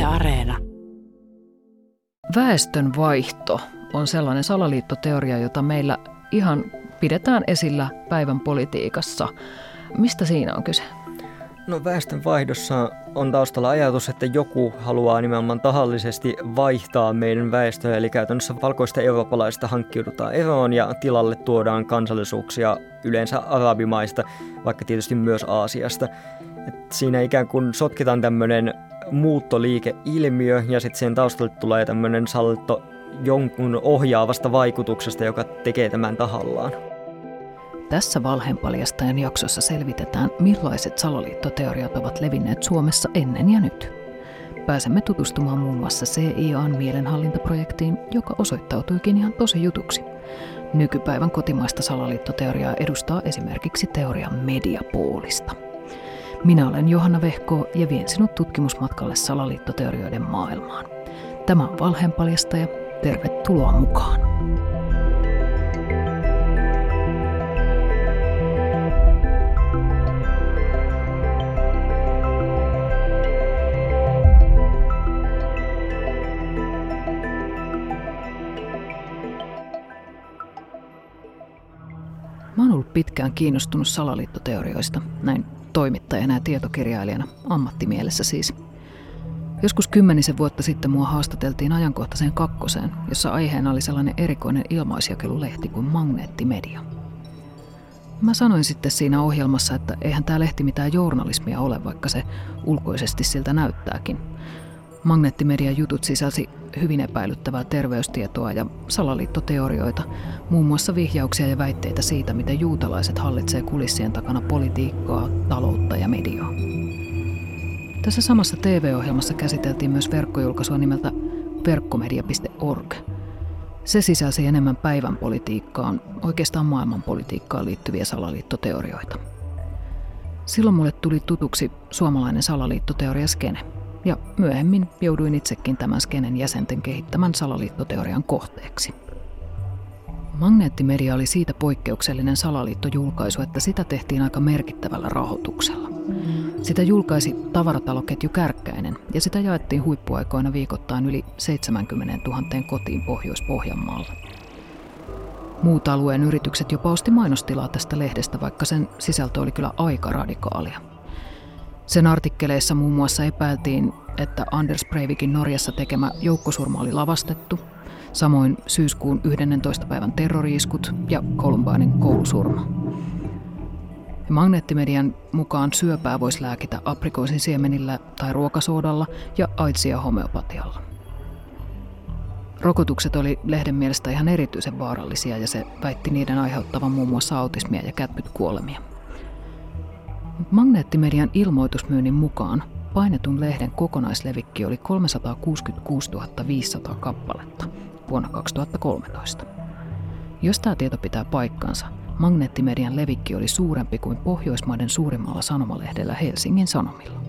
Areena. Väestönvaihto on sellainen salaliittoteoria, jota meillä ihan pidetään esillä päivän politiikassa. Mistä siinä on kyse? No väestönvaihdossa on taustalla ajatus, että joku haluaa nimenomaan tahallisesti vaihtaa meidän väestöä, eli käytännössä valkoista eurooppalaisista hankkiudutaan eroon ja tilalle tuodaan kansallisuuksia yleensä arabimaista, vaikka tietysti myös Aasiasta. Et siinä ikään kuin sotketaan tämmöinen muuttoliikeilmiö ja sitten siihen taustalle tulee tämmöinen salto jonkun ohjaavasta vaikutuksesta, joka tekee tämän tahallaan. Tässä Valheenpaljastajan jaksossa selvitetään, millaiset salaliittoteoriat ovat levinneet Suomessa ennen ja nyt. Pääsemme tutustumaan muun muassa CIA:n mielenhallintaprojektiin, joka osoittautuikin ihan tosi jutuksi. Nykypäivän kotimaista salaliittoteoriaa edustaa esimerkiksi teoria mediapoolista. Minä olen Johanna Vehko ja vien sinut tutkimusmatkalle salaliittoteorioiden maailmaan. Tämä on Valheenpaljastaja. Tervetuloa mukaan! Mä oon ollut pitkään kiinnostunut salaliittoteorioista, näin toimittajana ja tietokirjailijana, ammattimielessä siis. Joskus 10 vuotta sitten mua haastateltiin Ajankohtaiseen kakkoseen, jossa aiheena oli sellainen erikoinen ilmaisjakelulehti kuin Magneettimedia. Mä sanoin sitten siinä ohjelmassa, että eihän tää lehti mitään journalismia ole, vaikka se ulkoisesti siltä näyttääkin. Magneettimedian jutut sisälsi hyvin epäilyttävää terveystietoa ja salaliittoteorioita, muun muassa vihjauksia ja väitteitä siitä, miten juutalaiset hallitsee kulissien takana politiikkaa, taloutta ja mediaa. Tässä samassa TV-ohjelmassa käsiteltiin myös verkkojulkaisua nimeltä verkkomedia.org. Se sisälsi enemmän päivän politiikkaan, oikeastaan maailmanpolitiikkaan liittyviä salaliittoteorioita. Silloin mulle tuli tutuksi suomalainen salaliittoteoriaskene. Ja myöhemmin jouduin itsekin tämän skenen jäsenten kehittämän salaliittoteorian kohteeksi. Magneettimedia oli siitä poikkeuksellinen salaliittojulkaisu, että sitä tehtiin aika merkittävällä rahoituksella. Sitä julkaisi tavarataloketju Kärkkäinen ja sitä jaettiin huippuaikoina viikoittain yli 70 000 kotiin Pohjois-Pohjanmaalla. Muut alueen yritykset jopa osti mainostilaa tästä lehdestä, vaikka sen sisältö oli kyllä aika radikaalia. Sen artikkeleissa muun muassa epäiltiin, että Anders Breivikin Norjassa tekemä joukkosurma oli lavastettu, samoin syyskuun 11. päivän terrori-iskut ja Columbinen koulusurma. Magneettimedian mukaan syöpää voisi lääkitä aprikoosin siemenillä tai ruokasoodalla ja aidsia homeopatialla. Rokotukset oli lehden mielestä ihan erityisen vaarallisia ja se väitti niiden aiheuttavan muun muassa autismia ja kätkytkuolemia. Magneettimedian ilmoitusmyynnin mukaan painetun lehden kokonaislevikki oli 366 500 kappaletta vuonna 2013. Jos tämä tieto pitää paikkansa, Magneettimedian levikki oli suurempi kuin Pohjoismaiden suurimmalla sanomalehdellä Helsingin Sanomilla.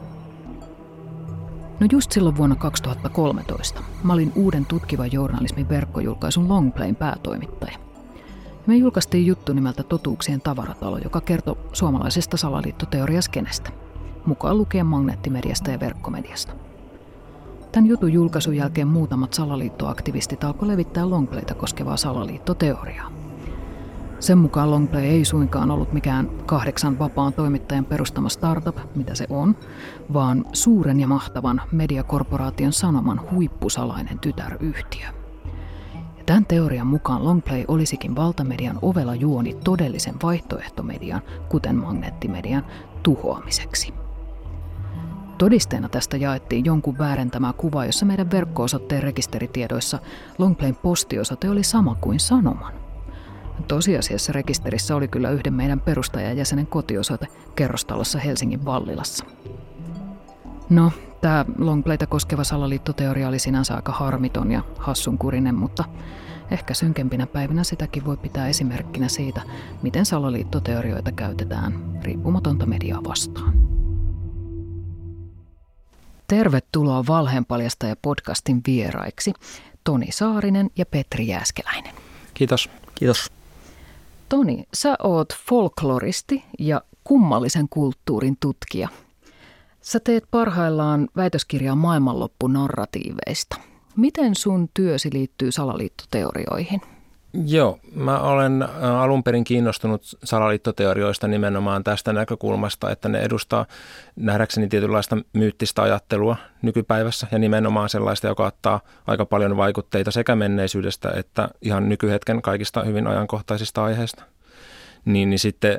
No just silloin vuonna 2013 mä olin uuden tutkivan journalismin verkkojulkaisun Longplayn päätoimittaja. Me julkaistiin juttu nimeltä Totuuksien tavaratalo, joka kertoi suomalaisesta salaliittoteoriaskenestä, mukaan lukien Magneettimediasta ja verkkomediasta. Tämän jutun julkaisun jälkeen muutamat salaliittoaktivistit alkoi levittää Longplayta koskevaa salaliittoteoriaa. Sen mukaan Longplay ei suinkaan ollut mikään 8 vapaan toimittajan perustama startup, mitä se on, vaan suuren ja mahtavan mediakorporaation Sanoman huippusalainen tytäryhtiö. Tämän teorian mukaan Longplay olisikin valtamedian ovela juoni todellisen vaihtoehtomedian, kuten Magneettimedian, tuhoamiseksi. Todisteena tästä jaettiin jonkun väärentämää kuvaa, jossa meidän verkko-osoitteen rekisteritiedoissa Longplayn postiosoite oli sama kuin Sanoman. Tosiasiassa rekisterissä oli kyllä yhden meidän perustajajäsenen kotiosoite kerrostalossa Helsingin Vallilassa. No, tämä Longplayta koskeva salaliittoteoria oli sinänsä aika harmiton ja hassunkurinen, mutta ehkä synkempinä päivinä sitäkin voi pitää esimerkkinä siitä, miten salaliittoteorioita käytetään riippumatonta mediaa vastaan. Tervetuloa Valheenpaljastaja podcastin vieraiksi Toni Saarinen ja Petri Jääskeläinen. Kiitos. Kiitos. Toni, sä oot folkloristi ja kummallisen kulttuurin tutkija. Sä teet parhaillaan väitöskirjaa maailmanloppunarratiiveista. Miten sun työsi liittyy salaliittoteorioihin? Joo, mä olen alun perin kiinnostunut salaliittoteorioista nimenomaan tästä näkökulmasta, että ne edustaa nähdäkseni tietynlaista myyttistä ajattelua nykypäivässä ja nimenomaan sellaista, joka ottaa aika paljon vaikutteita sekä menneisyydestä että ihan nykyhetken kaikista hyvin ajankohtaisista aiheista. Niin sitten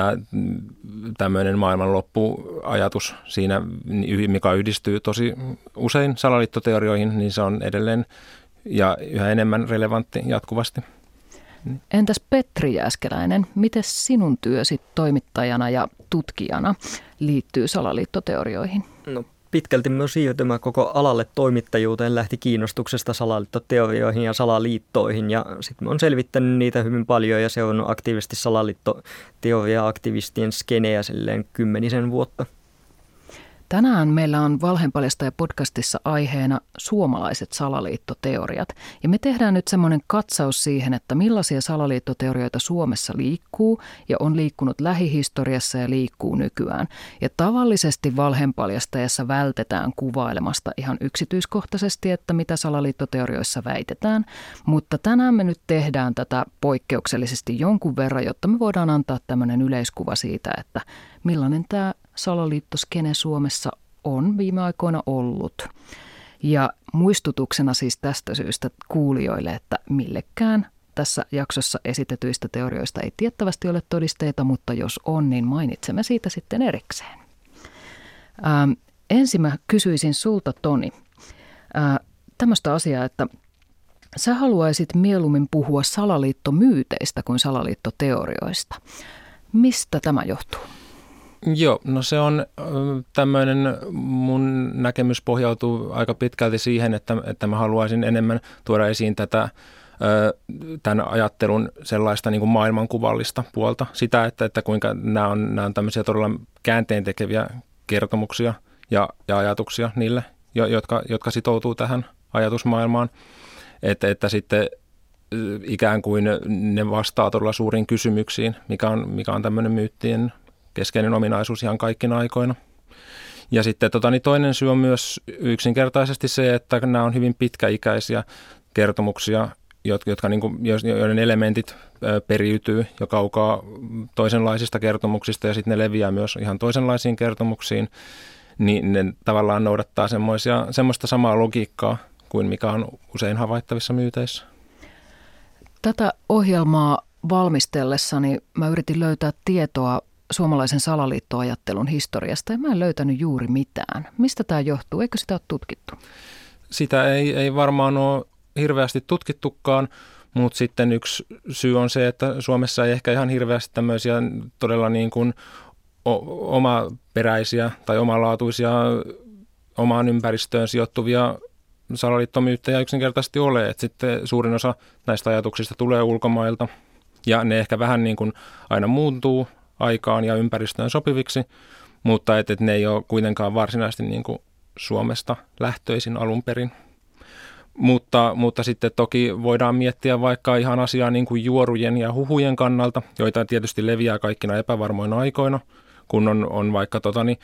tämmöinen maailmanloppuajatus siinä, mikä yhdistyy tosi usein salaliittoteorioihin, niin se on edelleen ja yhä enemmän relevantti jatkuvasti. Entäs Petri Jääskeläinen, miten sinun työsi toimittajana ja tutkijana liittyy salaliittoteorioihin? No, pitkälti myös siirtymä koko alalle toimittajuuteen lähti kiinnostuksesta salaliittoteorioihin ja salaliittoihin, ja sitten mä oon selvittänyt niitä hyvin paljon ja seurannut aktiivisesti salaliittoteoria-aktivistien skeneä silleen 10 vuotta. Tänään meillä on Valheenpaljastaja-podcastissa aiheena suomalaiset salaliittoteoriat. Ja me tehdään nyt semmoinen katsaus siihen, että millaisia salaliittoteorioita Suomessa liikkuu ja on liikkunut lähihistoriassa ja liikkuu nykyään. Ja tavallisesti Valheenpaljastajassa vältetään kuvailemasta ihan yksityiskohtaisesti, että mitä salaliittoteorioissa väitetään. Mutta tänään me nyt tehdään tätä poikkeuksellisesti jonkun verran, jotta me voidaan antaa tämmöinen yleiskuva siitä, että millainen tämä salaliittoskene Suomessa on viime aikoina ollut. Ja muistutuksena siis tästä syystä kuulijoille, että millekään tässä jaksossa esitetyistä teorioista ei tiettävästi ole todisteita, mutta jos on, niin mainitsemme siitä sitten erikseen. Ensin mä kysyisin sulta, Toni, tämmöistä asiaa, että sä haluaisit mieluummin puhua salaliittomyyteistä kuin salaliittoteorioista. Mistä tämä johtuu? Joo, no se on tämmöinen, mun näkemys pohjautuu aika pitkälti siihen, että mä haluaisin enemmän tuoda esiin tämän ajattelun sellaista niin kuin maailmankuvallista puolta. Sitä, että kuinka nämä on tämmöisiä todella käänteentekeviä kertomuksia ja ajatuksia niille, jotka sitoutuu tähän ajatusmaailmaan. Että sitten ikään kuin ne vastaa todella suuriin kysymyksiin, mikä on tämmöinen myyttien keskeinen ominaisuus ihan kaikkina aikoina. Ja sitten toinen syy on myös yksinkertaisesti se, että nämä on hyvin pitkäikäisiä kertomuksia, joiden elementit periytyy jo kaukaa toisenlaisista kertomuksista ja sitten ne leviää myös ihan toisenlaisiin kertomuksiin, niin ne tavallaan noudattaa semmoista samaa logiikkaa kuin mikä on usein havaittavissa myyteissä. Tätä ohjelmaa valmistellessani mä yritin löytää tietoa suomalaisen salaliittoajattelun historiasta ja mä en löytänyt juuri mitään. Mistä tämä johtuu? Eikö sitä ole tutkittu? Sitä ei varmaan ole hirveästi tutkittukaan, mutta sitten yksi syy on se, että Suomessa ei ehkä ihan hirveästi tämmöisiä todella niin kuin omaperäisiä tai omalaatuisia omaan ympäristöön sijoittuvia salaliittomyyttejä yksinkertaisesti ole. Et sitten suurin osa näistä ajatuksista tulee ulkomailta ja ne ehkä vähän niin kuin aina muuntuu aikaan ja ympäristöön sopiviksi, mutta että ne ei ole kuitenkaan varsinaisesti niin kuin Suomesta lähtöisin alun perin. Mutta sitten toki voidaan miettiä vaikka ihan asiaa niin kuin juorujen ja huhujen kannalta, joita tietysti leviää kaikkina epävarmoina aikoina, kun on vaikka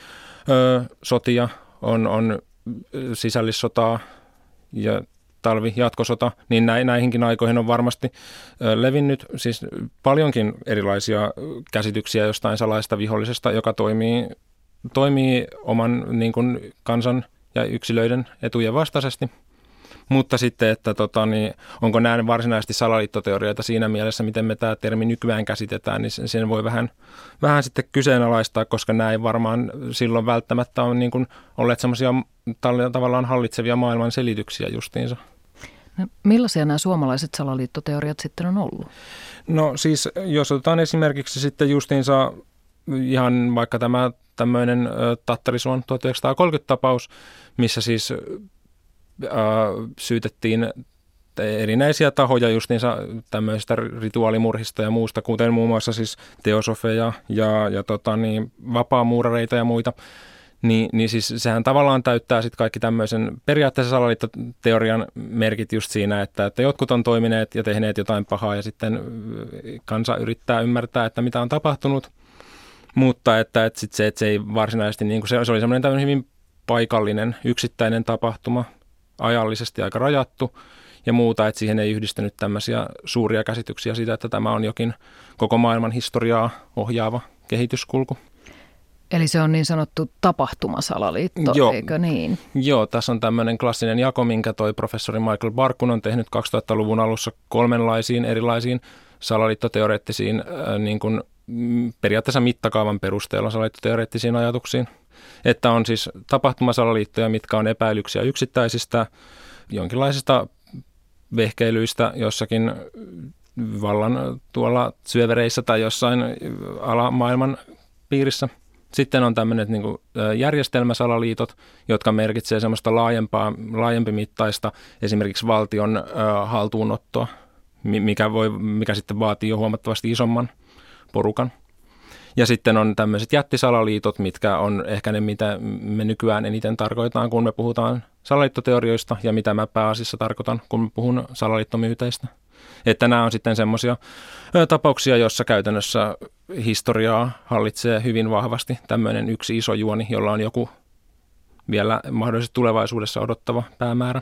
sotia, on sisällissotaa ja talvi-jatkosota, niin näihinkin aikoihin on varmasti levinnyt siis paljonkin erilaisia käsityksiä jostain salaista vihollisesta, joka toimii oman niin kuin kansan ja yksilöiden etujen vastaisesti. Mutta sitten, että onko nämä varsinaisesti salaliittoteorioita siinä mielessä, miten me tämä termi nykyään käsitetään, niin sen voi vähän sitten kyseenalaistaa, koska nämä ei varmaan silloin välttämättä ole niin kuin olleet semmoisia tavallaan hallitsevia maailman selityksiä justiinsa. No, millaisia nämä suomalaiset salaliittoteoriat sitten on ollut? No siis, jos otetaan esimerkiksi sitten justiinsa ihan vaikka tämä tämmöinen Tattarisuon 1930-tapaus, missä siis syytettiin erinäisiä tahoja justiinsa tämmöistä rituaalimurhista ja muusta, kuten muun muassa siis teosofeja ja vapaamuurareita ja muita. Niin siis sehän tavallaan täyttää sitten kaikki tämmöisen periaatteessa salaliittoteorian merkit just siinä, että jotkut on toimineet ja tehneet jotain pahaa ja sitten kansa yrittää ymmärtää, että mitä on tapahtunut. Mutta että sit se, että se ei varsinaisesti, niin kuin se oli semmoinen hyvin paikallinen, yksittäinen tapahtuma, ajallisesti aika rajattu ja muuta, että siihen ei yhdistynyt tämmöisiä suuria käsityksiä siitä, että tämä on jokin koko maailman historiaa ohjaava kehityskulku. Eli se on niin sanottu tapahtumasalaliitto, eikö niin? Joo, tässä on tämmöinen klassinen jako, minkä toi professori Michael Barkun on tehnyt 2000-luvun alussa 3 erilaisiin salaliittoteoreettisiin niin kuin periaatteessa mittakaavan perusteella salaliittoteoreettisiin ajatuksiin. Että on siis tapahtumasalaliittoja, mitkä on epäilyksiä yksittäisistä jonkinlaisista vehkeilyistä jossakin vallan tuolla syövereissä tai jossain alamaailman piirissä. Sitten on tämmöiset niin kuin järjestelmäsalaliitot, jotka merkitsee semmoista laajempimittaista esimerkiksi valtion haltuunottoa, mikä sitten vaatii jo huomattavasti isomman porukan. Ja sitten on tämmöiset jättisalaliitot, mitkä on ehkä ne, mitä me nykyään eniten tarkoitetaan, kun me puhutaan salaliittoteorioista ja mitä mä pääasiassa tarkoitan, kun mä puhun salaliittomyyteistä. Että nämä on sitten semmoisia tapauksia, joissa käytännössä historiaa hallitsee hyvin vahvasti tämmöinen yksi iso juoni, jolla on joku vielä mahdollisesti tulevaisuudessa odottava päämäärä.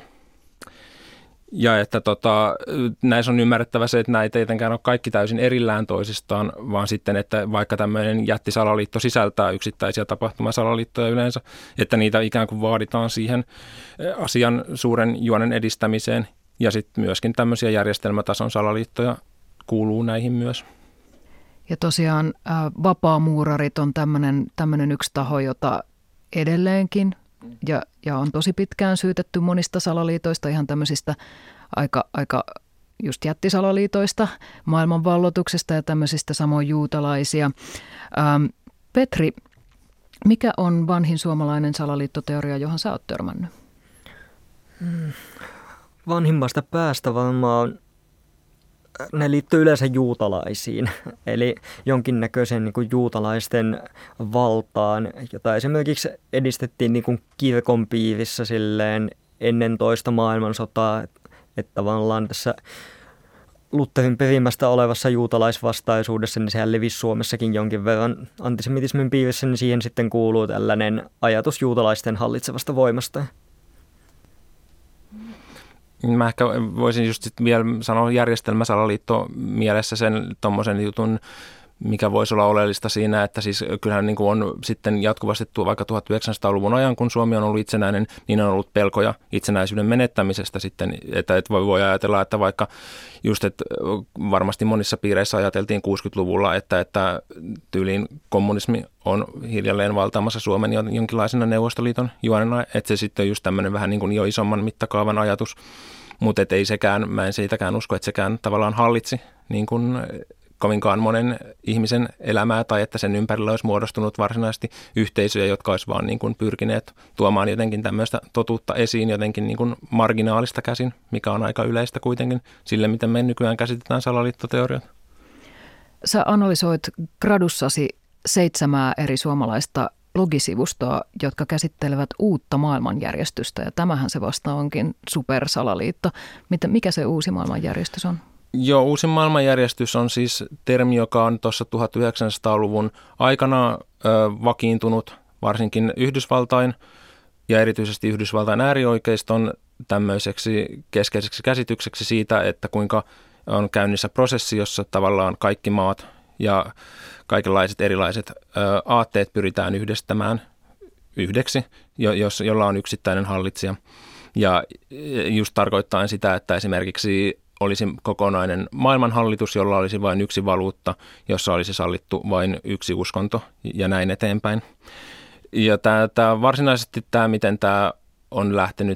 Ja että näissä on ymmärrettävä se, että nämä ei tietenkään ole kaikki täysin erillään toisistaan, vaan sitten, että vaikka tämmöinen jättisalaliitto sisältää yksittäisiä tapahtumasalaliittoja yleensä, että niitä ikään kuin vaaditaan siihen asian suuren juonen edistämiseen. Ja sitten myöskin tämmöisiä järjestelmätason salaliittoja kuuluu näihin myös. Ja tosiaan vapaamuurarit on tämmöinen yksi taho, jota edelleenkin ja on tosi pitkään syytetty monista salaliitoista, ihan tämmöisistä aika just jättisalaliitoista, maailmanvalloituksesta ja tämmöisistä samoin juutalaisia. Petri, mikä on vanhin suomalainen salaliittoteoria, johon sä oot törmännyt? Vanhimmasta päästä varmaan ne liittyy yleensä juutalaisiin, eli jonkinnäköisen niin kuin juutalaisten valtaan, jota esimerkiksi edistettiin niin kuin kirkon piirissä silleen ennen toista maailmansotaa, että tavallaan tässä Lutherin perimästä olevassa juutalaisvastaisuudessa, niin sehän levisi Suomessakin jonkin verran antisemitismin piirissä, niin siihen sitten kuuluu tällainen ajatus juutalaisten hallitsevasta voimasta. Mä ehkä voisin just vielä sanoa järjestelmäsalaliitto mielessä sen tommosen jutun, mikä voisi olla oleellista siinä, että siis kyllähän niin kuin on sitten jatkuvasti vaikka 1900-luvun ajan, kun Suomi on ollut itsenäinen, niin on ollut pelkoja itsenäisyyden menettämisestä sitten, että voi ajatella, että vaikka just, että varmasti monissa piireissä ajateltiin 60-luvulla, että tyyliin kommunismi on hiljalleen valtaamassa Suomen jonkinlaisena Neuvostoliiton juonena, että se sitten on just tämmöinen vähän niin kuin jo isomman mittakaavan ajatus, mutta ei sekään, mä en siitäkään usko, että sekään tavallaan hallitsi niin kuin kovinkaan monen ihmisen elämää tai että sen ympärillä olisi muodostunut varsinaisesti yhteisöjä, jotka olisi vaan niin kuin pyrkineet tuomaan jotenkin tämmöistä totuutta esiin jotenkin niin kuin marginaalista käsin, mikä on aika yleistä kuitenkin sille, miten me nykyään käsitetään salaliittoteoriat. Sä analysoit gradussasi 7 eri suomalaista blogisivustoa, jotka käsittelevät uutta maailmanjärjestystä ja tämähän se vasta onkin supersalaliitto. Mikä se uusi maailmanjärjestys on? Joo, uusi maailmanjärjestys on siis termi, joka on tuossa 1900-luvun aikana vakiintunut varsinkin Yhdysvaltain ja erityisesti Yhdysvaltain äärioikeiston tämmöiseksi keskeiseksi käsitykseksi siitä, että kuinka on käynnissä prosessi, jossa tavallaan kaikki maat ja kaikenlaiset erilaiset aatteet pyritään yhdistämään yhdeksi, jolla on yksittäinen hallitsija. Ja just tarkoittaa sitä, että esimerkiksi olisi kokonainen maailmanhallitus, jolla olisi vain yksi valuutta, jossa olisi sallittu vain yksi uskonto ja näin eteenpäin. Ja varsinaisesti miten tämä on lähtenyt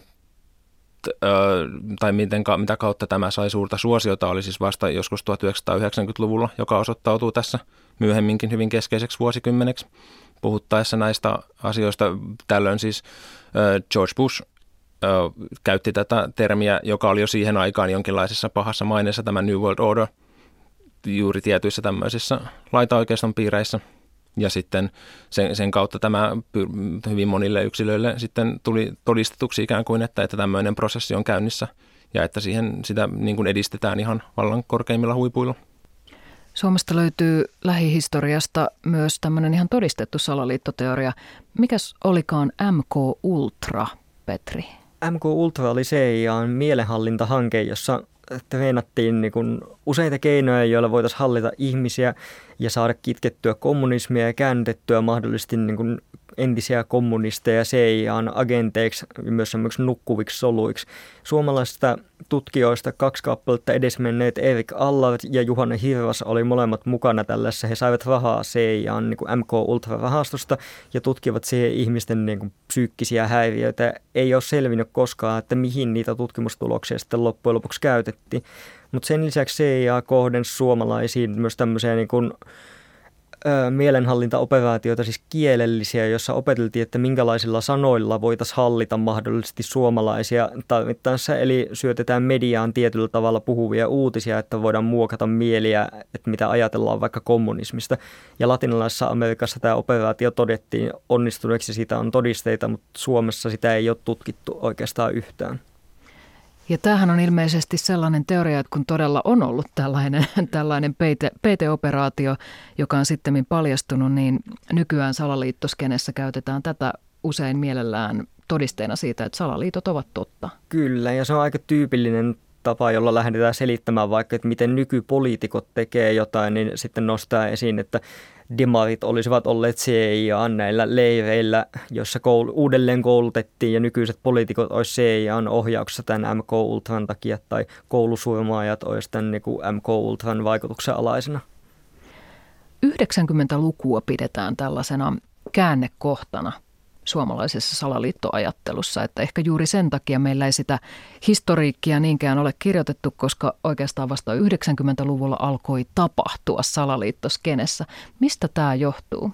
tai mitä kautta tämä sai suurta suosiota, oli siis vasta joskus 1990-luvulla, joka osoittautuu tässä myöhemminkin hyvin keskeiseksi vuosikymmeneksi puhuttaessa näistä asioista. Tällöin siis George Bush käytti tätä termiä, joka oli jo siihen aikaan jonkinlaisessa pahassa maineessa, tämä New World Order, juuri tietyissä tämmöisissä laitaoikeiston piireissä. Ja sitten sen kautta tämä hyvin monille yksilöille sitten tuli todistetuksi ikään kuin, että tämmöinen prosessi on käynnissä ja että sitä niin kuin edistetään ihan vallan korkeimmilla huipuilla. Suomesta löytyy lähihistoriasta myös tämmöinen ihan todistettu salaliittoteoria. Mikäs olikaan MK Ultra, Petri? MK Ultra oli CIA:n mielenhallintahanke, jossa treenattiin niin kuin useita keinoja, joilla voitaisiin hallita ihmisiä ja saada kitkettyä kommunismia ja käännytettyä mahdollisesti niin kuin entisiä kommunisteja CIA:n agenteiksi ja myös semmoiksi nukkuviksi soluiksi. Suomalaisista tutkijoista 2 kappaletta edesmenneet Erik Allard ja Juhana Hirvas oli molemmat mukana tällaisessa. He saivat rahaa CIA:n niin kuin MK Ultra-rahastosta ja tutkivat siihen ihmisten niin kuin psyykkisiä häiriöitä. Ei ole selvinnyt koskaan, että mihin niitä tutkimustuloksia sitten loppujen lopuksi käytettiin. Mutta sen lisäksi CIA kohdensi suomalaisiin myös tämmöisiä niin kuin mielenhallintaoperaatioita, siis kielellisiä, joissa opeteltiin, että minkälaisilla sanoilla voitaisiin hallita mahdollisesti suomalaisia tarvittaessa. Eli syötetään mediaan tietyllä tavalla puhuvia uutisia, että voidaan muokata mieliä, että mitä ajatellaan vaikka kommunismista. Ja latinalaisessa Amerikassa tämä operaatio todettiin onnistuneeksi, siitä on todisteita, mutta Suomessa sitä ei ole tutkittu oikeastaan yhtään. Ja tämähän on ilmeisesti sellainen teoria, että kun todella on ollut tällainen peiteoperaatio, joka on sittemmin paljastunut, niin nykyään salaliittoskenessä käytetään tätä usein mielellään todisteena siitä, että salaliitot ovat totta. Kyllä, ja se on aika tyypillinen tapa, jolla lähdetään selittämään vaikka, että miten nykypoliitikot tekee jotain, niin sitten nostaa esiin, että demarit olisivat olleet CIA:n näillä leireillä, joissa uudelleen koulutettiin ja nykyiset poliitikot olisi CIA:n ohjauksessa tämän MK Ultran takia tai koulusurmaajat olisi tämän niin kuin MK Ultran vaikutuksen alaisena. 90-lukua pidetään tällaisena käännekohtana suomalaisessa salaliittoajattelussa, että ehkä juuri sen takia meillä ei sitä historiikkia niinkään ole kirjoitettu, koska oikeastaan vasta 90-luvulla alkoi tapahtua salaliittoskenessä. Mistä tämä johtuu?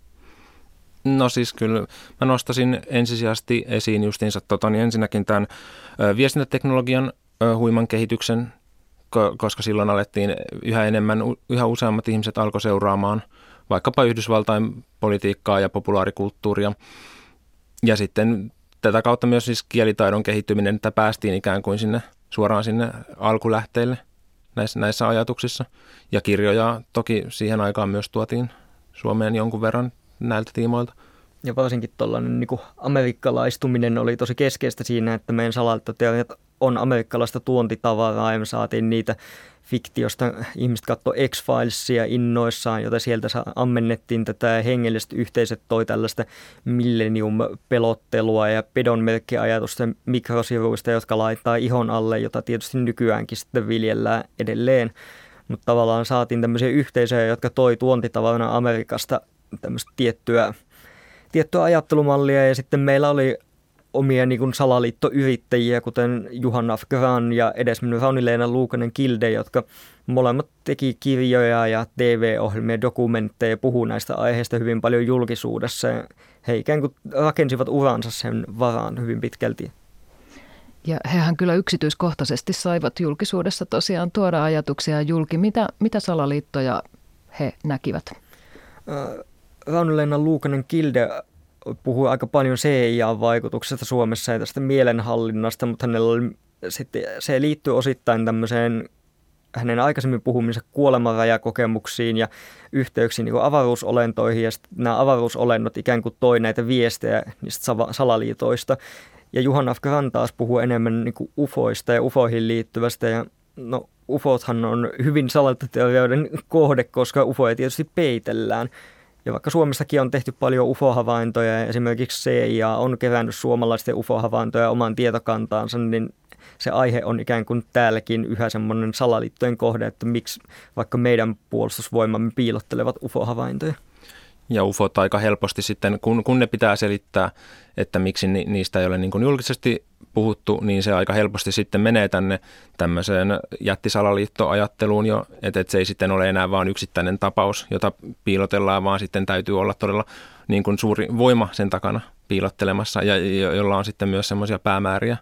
No siis kyllä mä nostasin ensisijaisesti esiin justiinsa ensinnäkin tämän viestintäteknologian huiman kehityksen, koska silloin alettiin yhä useammat ihmiset alkoi seuraamaan vaikkapa Yhdysvaltain politiikkaa ja populaarikulttuuria. Ja sitten tätä kautta myös siis kielitaidon kehittyminen, että päästiin ikään kuin suoraan sinne alkulähteille näissä ajatuksissa. Ja kirjoja toki siihen aikaan myös tuotiin Suomeen jonkun verran näiltä tiimoilta. Ja varsinkin tuollainen niin kuin amerikkalaistuminen oli tosi keskeistä siinä, että meidän salaliittoteoriat on amerikkalaista tuontitavaraa ja me saatiin niitä fiktiosta. Ihmiset katsoi X-Filesia innoissaan, jota sieltä ammennettiin tätä hengelliset yhteisöt toi tällaista millennium-pelottelua ja pedonmerkkiajatusten mikrosivuista, jotka laittaa ihon alle, jota tietysti nykyäänkin sitten viljellään edelleen. Mutta tavallaan saatiin tämmöisiä yhteisöjä, jotka toi tuontitavarana Amerikasta tämmöistä tiettyä ajattelumallia ja sitten meillä oli omia niin kuin salaliittoyrittäjiä, kuten Juhan Afgran ja edesmennyt Rauni-Leena Luukanen-Kilde, jotka molemmat teki kirjoja ja TV-ohjelmia, dokumentteja ja puhuu näistä aiheista hyvin paljon julkisuudessa. He ikään kuin rakensivat uransa sen varaan hyvin pitkälti. Ja hehän kyllä yksityiskohtaisesti saivat julkisuudessa tosiaan tuoda ajatuksia julki. Mitä salaliittoja he näkivät? Rauni-Leena Luukanen-Kilde puhui aika paljon CIA-vaikutuksesta Suomessa ja tästä mielenhallinnasta, mutta hänellä oli sitten, se liittyy osittain tämmöiseen hänen aikaisemmin puhuminsa kuolemanrajakokemuksiin ja yhteyksiin niin kuin avaruusolentoihin, ja nämä avaruusolennot ikään kuin toi näitä viestejä niistä salaliitoista. Ja Juhan Afgran taas puhuu enemmän niin kuin ufoista ja ufoihin liittyvästä, ja no ufothan on hyvin salaliittoteorioiden kohde, koska ufoja tietysti peitellään. Ja vaikka Suomessakin on tehty paljon UFO-havaintoja ja esimerkiksi CIA on kerännyt suomalaisten UFO-havaintoja oman tietokantaansa, niin se aihe on ikään kuin täälläkin yhä semmoinen salaliittojen kohde, että miksi vaikka meidän puolustusvoimamme piilottelevat UFO-havaintoja. Ja UFOt aika helposti sitten, kun ne pitää selittää, että miksi niistä ei ole niin kuin julkisesti puhuttu, niin se aika helposti sitten menee tänne tämmöiseen jättisalaliittoajatteluun jo, että se ei sitten ole enää vain yksittäinen tapaus, jota piilotellaan, vaan sitten täytyy olla todella niin kuin suuri voima sen takana piilottelemassa, ja jolla on sitten myös semmoisia päämääriä,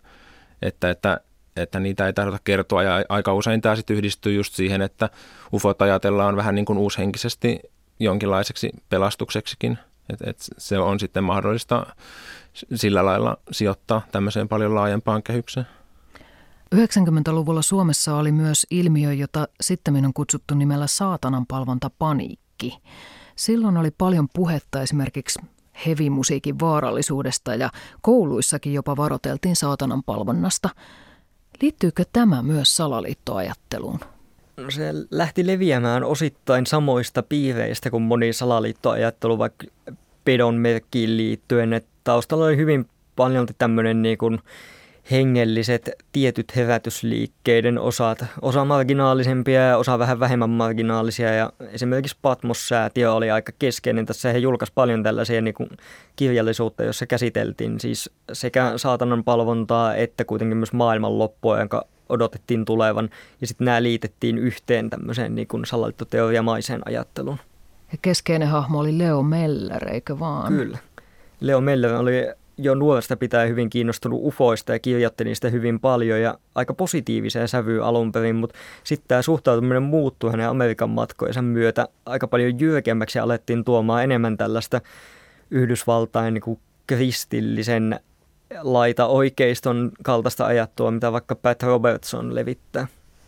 että niitä ei tahdota kertoa, ja aika usein tämä sitten yhdistyy just siihen, että UFOt ajatellaan vähän niin kuin uushenkisesti jonkinlaiseksi pelastukseksikin, että se on sitten mahdollista sillä lailla sijoittaa tämmöiseen paljon laajempaan kehykseen. 90-luvulla Suomessa oli myös ilmiö, jota sittemmin on kutsuttu nimellä saatananpalvontapaniikki. Silloin oli paljon puhetta esimerkiksi heavy-musiikin vaarallisuudesta ja kouluissakin jopa varoteltiin saatananpalvonnasta. Liittyykö tämä myös salaliittoajatteluun? No se lähti leviämään osittain samoista piireistä kuin moni salaliittoajattelu, vaikka pedon merkkiin liittyen. Että taustalla oli hyvin paljon tämmöinen niin kuin hengelliset tietyt herätysliikkeiden osat, osa marginaalisempia ja osa vähän vähemmän marginaalisia. Ja esimerkiksi Patmos-säätiö oli aika keskeinen tässä. He julkaisivat paljon tällaisia niin kuin kirjallisuutta, jossa käsiteltiin siis sekä saatanan palvontaa että kuitenkin myös maailmanloppua, jonka odotettiin tulevan. Ja sitten nämä liitettiin yhteen tämmöiseen niin kuin salaliittoteoriamaiseen ajatteluun. Ja keskeinen hahmo oli Leo Meller, eikö vaan? Kyllä. Leo Meller oli jo nuoresta pitäen hyvin kiinnostunut ufoista ja kirjoitti niistä hyvin paljon ja aika positiiviseen sävyyn alun perin, mutta sitten tämä suhtautuminen muuttui hänen Amerikan matkojensa myötä aika paljon jyrkemmäksi ja alettiin tuomaan enemmän tällaista Yhdysvaltain niin kuin kristillisen laita-oikeiston kaltaista ajattua, mitä vaikka Pat Robertson levittää.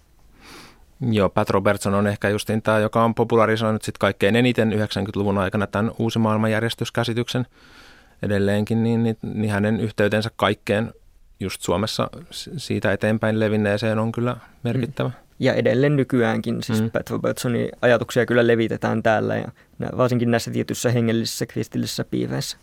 Joo, Pat Robertson on ehkä justiin tämä, joka on popularisoinut sit kaikkein eniten 90-luvun aikana tämän uusi maailmanjärjestyskäsityksen edelleenkin, niin hänen yhteytensä kaikkeen just Suomessa siitä eteenpäin levinneeseen on kyllä merkittävä. Ja edelleen nykyäänkin, siis Pat Robertsonin ajatuksia kyllä levitetään täällä ja varsinkin näissä tietyissä hengellisissä kristillisissä piireissä.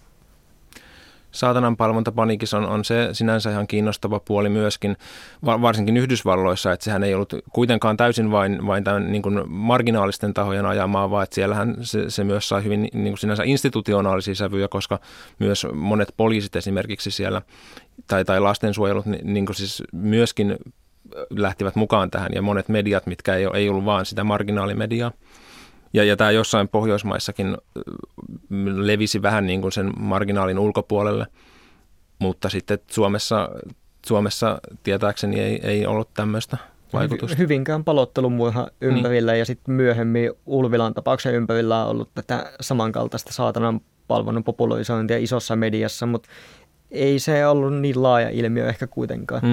Saatananpalvontapaniikissa on se sinänsä ihan kiinnostava puoli myöskin, varsinkin Yhdysvalloissa, että sehän ei ollut kuitenkaan täysin vain tämän niin kuin marginaalisten tahojen ajamaa, vaan että siellähän se myös sai hyvin niin kuin sinänsä institutionaalisia sävyjä, koska myös monet poliisit esimerkiksi siellä tai lastensuojelut niin kuin siis myöskin lähtivät mukaan tähän ja monet mediat, mitkä ei ollut vaan sitä marginaalimediaa. Ja tämä jossain Pohjoismaissakin levisi vähän niin kuin sen marginaalin ulkopuolelle, mutta sitten Suomessa tietääkseni ei ollut tämmöistä vaikutusta. Hyvinkään palottelumurha ympärillä ja sitten myöhemmin Ulvilan tapauksen ympärillä on ollut tätä samankaltaista saatanan palvonnan popularisointia isossa mediassa, mutta ei se ollut niin laaja ilmiö ehkä kuitenkaan.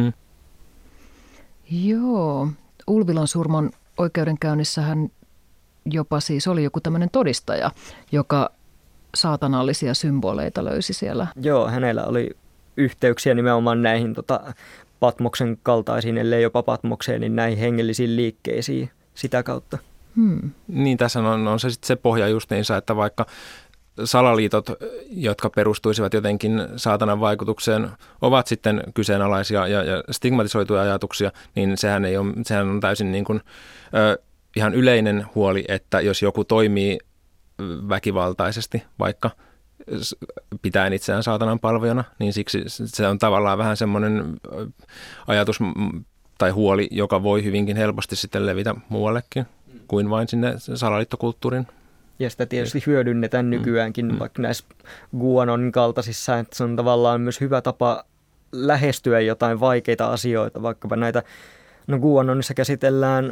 Joo, Ulvilan surman oikeudenkäynnissähän jopa siis oli joku tämmöinen todistaja, joka saatanallisia symboleita löysi siellä. Joo, hänellä oli yhteyksiä nimenomaan näihin Patmoksen kaltaisiin, ellei jopa Patmokseen, niin näihin hengellisiin liikkeisiin sitä kautta. Niin, tässä on se, se pohja justiinsa, että vaikka salaliitot, jotka perustuisivat jotenkin saatanan vaikutukseen, ovat sitten kyseenalaisia ja stigmatisoituja ajatuksia, niin sehän on täysin niin kuin, ihan yleinen huoli, että jos joku toimii väkivaltaisesti, vaikka pitäen itseään saatanan palvojana, niin siksi se on tavallaan vähän semmoinen ajatus tai huoli, joka voi hyvinkin helposti sitten levitä muuallekin kuin vain sinne salaliittokulttuuriin. Ja sitä tietysti hyödynnetään nykyäänkin vaikka näissä QAnon kaltaisissa, että se on tavallaan myös hyvä tapa lähestyä jotain vaikeita asioita, vaikkapa näitä, QAnonissa käsitellään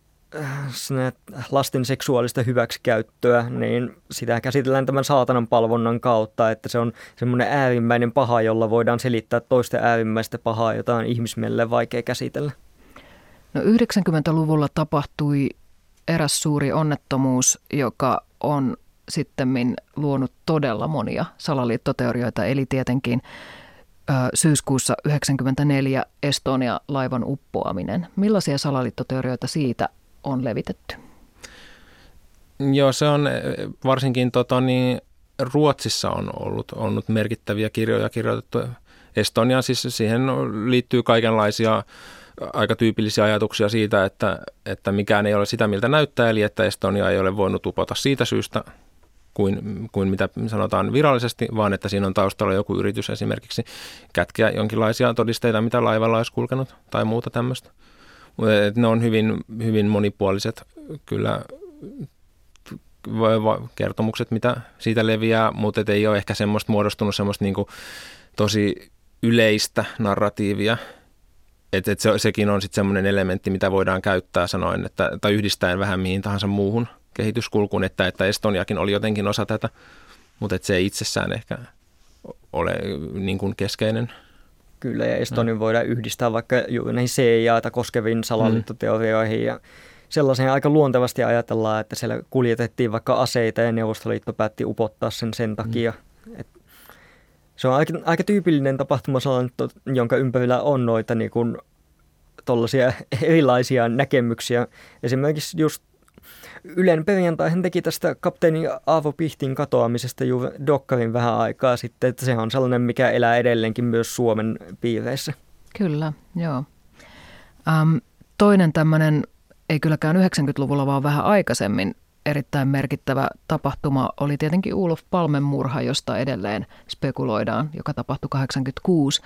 lasten seksuaalista hyväksikäyttöä, niin sitä käsitellään tämän saatanan palvonnan kautta, että se on semmoinen äärimmäinen paha, jolla voidaan selittää toisten äärimmäistä pahaa, jota on ihmismielelle vaikea käsitellä. No 90-luvulla tapahtui eräs suuri onnettomuus, joka on sittemmin luonut todella monia salaliittoteorioita, eli tietenkin syyskuussa 1994 Estonia-laivan uppoaminen. Millaisia salaliittoteorioita siitä on levitetty? Joo, se on varsinkin Ruotsissa on ollut merkittäviä kirjoja kirjoitettu. Estonia, siis siihen liittyy kaikenlaisia aika tyypillisiä ajatuksia siitä, että mikään ei ole sitä, miltä näyttää, eli että Estonia ei ole voinut upota siitä syystä, kuin mitä sanotaan virallisesti, vaan että siinä on taustalla joku yritys esimerkiksi kätkeä jonkinlaisia todisteita, mitä laivalla olisi kulkenut tai muuta tämmöistä. Ne on hyvin, hyvin monipuoliset kyllä kertomukset, mitä siitä leviää, mutta ei ole ehkä muodostunut semmoista niin kuin tosi yleistä narratiivia. Sekin on sitten semmoinen elementti, mitä voidaan käyttää sanoen, tai yhdistäen vähän mihin tahansa muuhun kehityskulkuun, että Estoniakin oli jotenkin osa tätä, mutta se ei itsessään ehkä ole niin kuin keskeinen. Kyllä, ja Estonin voidaan yhdistää vaikka juuri näihin CIA:ta koskeviin salaliittoteorioihin ja sellaiseen aika luontevasti ajatellaan, että siellä kuljetettiin vaikka aseita ja Neuvostoliitto päätti upottaa sen takia. Se on aika tyypillinen tapahtuma, jonka ympärillä on noita niin kuin tollaisia erilaisia näkemyksiä. Esimerkiksi just Ylen perjantaihin teki tästä kapteeni Aavo Pihtin katoamisesta juuri dokkarin vähän aikaa sitten, että se on sellainen, mikä elää edelleenkin myös Suomen piireissä. Kyllä, joo. Toinen tämmöinen, ei kylläkään 90-luvulla, vaan vähän aikaisemmin erittäin merkittävä tapahtuma oli tietenkin Olof Palmen murha, josta edelleen spekuloidaan, joka tapahtui 1986.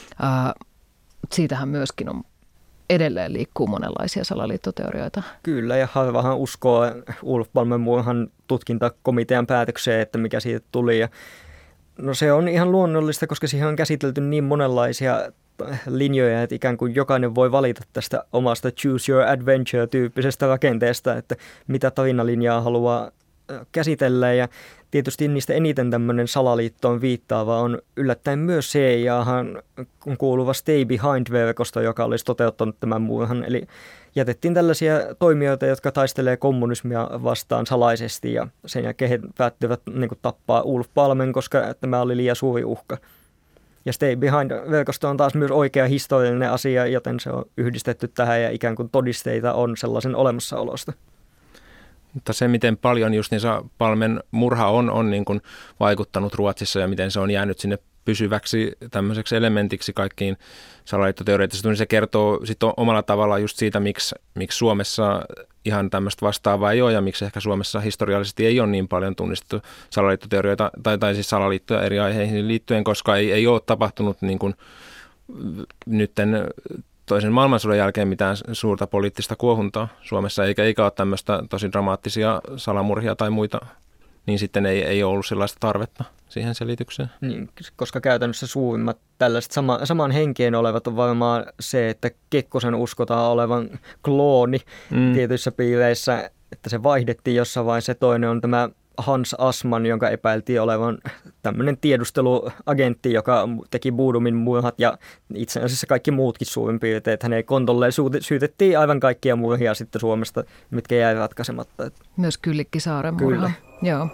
Siitähän myöskin on edelleen liikkuu monenlaisia salaliittoteorioita. Kyllä, ja harvahan uskoo Olof Palmen murhan tutkintakomitean päätökseen, että mikä siitä tuli. Ja no se on ihan luonnollista, koska siihen on käsitelty niin monenlaisia linjoja, että ikään kuin jokainen voi valita tästä omasta choose your adventure-tyyppisestä rakenteesta, että mitä tarinalinjaa haluaa käsitellä. Ja tietysti niistä eniten tämmöinen salaliittoon viittaava on yllättäen myös CIA:han kuuluva Stay Behind-verkosto, joka olisi toteuttanut tämän murhan. Eli jätettiin tällaisia toimijoita, jotka taistelee kommunismia vastaan salaisesti, ja sen jälkeen he päättyivät niin kuin tappaa Olof Palmen, koska tämä oli liian suuri uhka. Ja Stay Behind-verkosto on taas myös oikea historiallinen asia, joten se on yhdistetty tähän ja ikään kuin todisteita on sellaisen olemassaolosta. Mutta se, miten paljon just niissä Palmen murha on niin kuin vaikuttanut Ruotsissa ja miten se on jäänyt sinne pysyväksi tämmöiseksi elementiksi kaikkiin salaliittoteorioihin, niin se kertoo sitten omalla tavalla just siitä, miksi Suomessa ihan tämmöistä vastaavaa ei ole ja miksi ehkä Suomessa historiallisesti ei ole niin paljon tunnistettu salaliittoteorioita tai siis salaliittoja eri aiheihin liittyen, koska ei ole tapahtunut niin kuin nytten toisen maailmansodan jälkeen mitään suurta poliittista kuohuntaa Suomessa, eikä ole tämmöistä tosi dramaattisia salamurhia tai muita, niin sitten ei ole ollut sellaista tarvetta siihen selitykseen. Niin, koska käytännössä suurimmat tällaiset saman henkeen olevat on varmaan se, että Kekkosen uskotaan olevan klooni tietyissä piireissä, että se vaihdettiin jossain vaiheessa. Se toinen on tämä Hans Assmann, jonka epäiltiin olevan tämmöinen tiedusteluagentti, joka teki Bodomin murhat ja itse asiassa kaikki muutkin suurin piirtein. Hänen kontolleen syytettiin aivan kaikkia murhia sitten Suomesta, mitkä jäi ratkaisematta. Myös Kyllikkisaaren murha. Kyllä. Joo.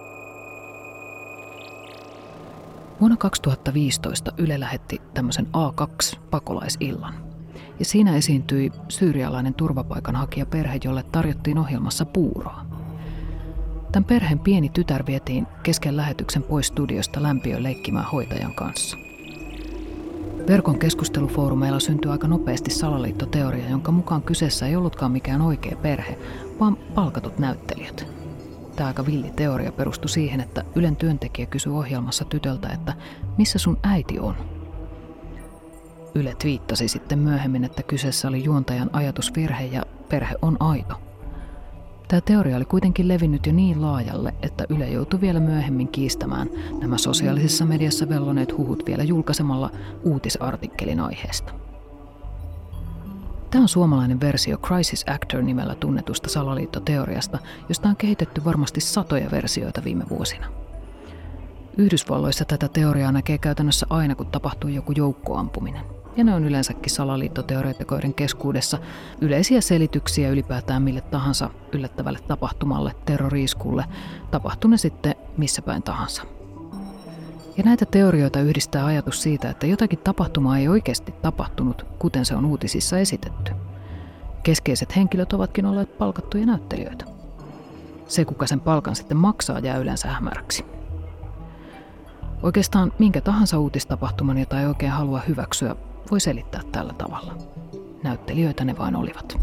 Vuonna 2015 Yle lähetti tämmöisen A2-pakolaisillan. Ja siinä esiintyi syyrialainen turvapaikanhakijaperhe, jolle tarjottiin ohjelmassa puuroa. Tämän perheen pieni tytär vietiin kesken lähetyksen pois studiosta lämpiöön leikkimään hoitajan kanssa. Verkon keskustelufoorumeilla syntyi aika nopeasti salaliittoteoria, jonka mukaan kyseessä ei ollutkaan mikään oikea perhe, vaan palkatut näyttelijät. Tämä aika villi teoria perustui siihen, että Ylen työntekijä kysyi ohjelmassa tytöltä, että missä sun äiti on? Yle twiittasi sitten myöhemmin, että kyseessä oli juontajan ajatusvirhe ja perhe on aito. Tämä teoria oli kuitenkin levinnyt jo niin laajalle, että Yle joutui vielä myöhemmin kiistämään nämä sosiaalisessa mediassa velloneet huhut vielä julkaisemalla uutisartikkelin aiheesta. Tämä on suomalainen versio Crisis Actor-nimellä tunnetusta salaliittoteoriasta, josta on kehitetty varmasti satoja versioita viime vuosina. Yhdysvalloissa tätä teoriaa näkee käytännössä aina, kun tapahtuu joku joukkoampuminen. Ja ne on yleensäkin salaliittoteoreetikoiden keskuudessa yleisiä selityksiä ylipäätään mille tahansa yllättävälle tapahtumalle, terrori-iskulle, tapahtuu ne sitten missä päin tahansa. Ja näitä teorioita yhdistää ajatus siitä, että jotakin tapahtumaa ei oikeasti tapahtunut, kuten se on uutisissa esitetty. Keskeiset henkilöt ovatkin olleet palkattuja näyttelijöitä. Se, kuka sen palkan sitten maksaa, jää yleensä hämäräksi. Oikeastaan minkä tahansa uutistapahtuman, jota ei oikein halua hyväksyä, voi selittää tällä tavalla. Näyttelijöitä ne vain olivat.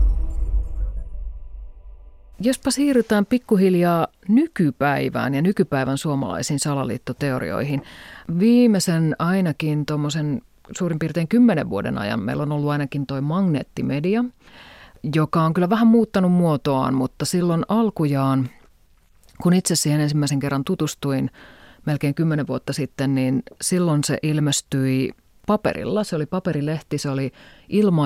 Jospa siirrytään pikkuhiljaa nykypäivään ja nykypäivän suomalaisiin salaliittoteorioihin. Viimeisen ainakin tuommoisen suurin piirtein 10 vuoden ajan meillä on ollut ainakin toi magneettimedia, joka on kyllä vähän muuttanut muotoaan, mutta silloin alkujaan, kun itse siihen ensimmäisen kerran tutustuin melkein 10 vuotta sitten, niin silloin se ilmestyi paperilla. Se oli paperilehti, se oli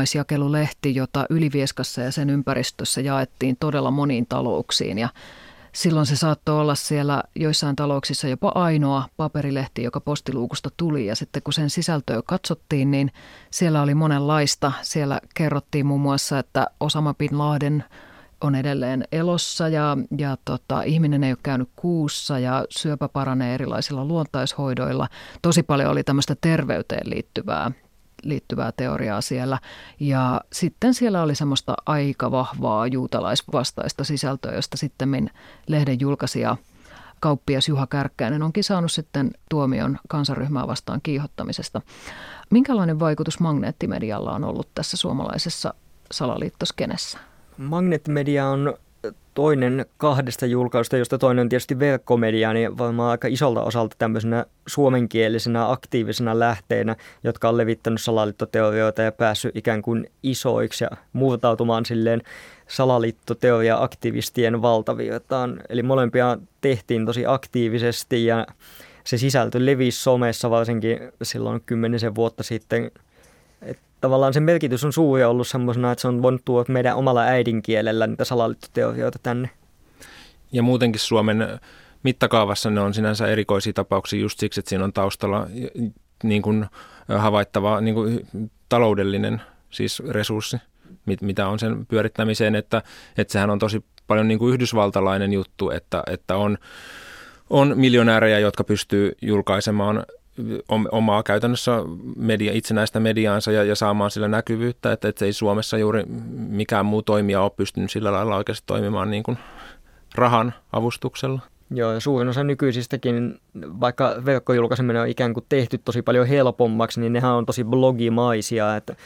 ilmaisjakelulehti, jota Ylivieskassa ja sen ympäristössä jaettiin todella moniin talouksiin. Ja Silloin se saattoi olla siellä joissain talouksissa jopa ainoa paperilehti, joka postiluukusta tuli. Ja sitten kun sen sisältöä katsottiin, niin siellä oli monenlaista. Siellä kerrottiin muun muassa, että Osama bin Laden on edelleen elossa ja ihminen ei ole käynyt kuussa ja syöpä paranee erilaisilla luontaishoidoilla. Tosi paljon oli tämmöistä terveyteen liittyvää teoriaa siellä. Ja sitten siellä oli semmoista aika vahvaa juutalaisvastaista sisältöä, josta sitten lehden julkaisija kauppias Juha Kärkkäinen onkin saanut sitten tuomion kansanryhmää vastaan kiihottamisesta. Minkälainen vaikutus magneettimedialla on ollut tässä suomalaisessa salaliittoskenessä? Magneettimedia on toinen 2 julkaisusta, josta toinen on tietysti verkkomedia, niin varmaan aika isolta osalta tämmöisenä suomenkielisenä aktiivisena lähteenä, jotka on levittänyt salaliittoteorioita ja päässyt ikään kuin isoiksi ja murtautumaan silleen salaliittoteoria-aktivistien valtavirtaan. Eli molempia tehtiin tosi aktiivisesti ja se sisältö levisi somessa varsinkin silloin 10 vuotta sitten. Tavallaan sen merkitys on suuri ollut semmoisena, että se on voinut tuoda meidän omalla äidinkielellä niitä salaliittoteorioita tänne. Ja muutenkin Suomen mittakaavassa ne on sinänsä erikoisia tapauksia just siksi, että siinä on taustalla niin kuin havaittava niin kuin taloudellinen siis resurssi, mitä on sen pyörittämiseen, että sehän on tosi paljon niin kuin yhdysvaltalainen juttu, että on miljonäärejä, jotka pystyy julkaisemaan omaa käytännössä itsenäistä mediaansa ja saamaan sillä näkyvyyttä, että ei Suomessa juuri mikään muu toimija ole pystynyt sillä lailla oikeasti toimimaan niin kuin rahan avustuksella. Joo, ja suurin osa nykyisistäkin, vaikka verkkojulkaiseminen on ikään kuin tehty tosi paljon helpommaksi, niin nehän on tosi blogimaisia, että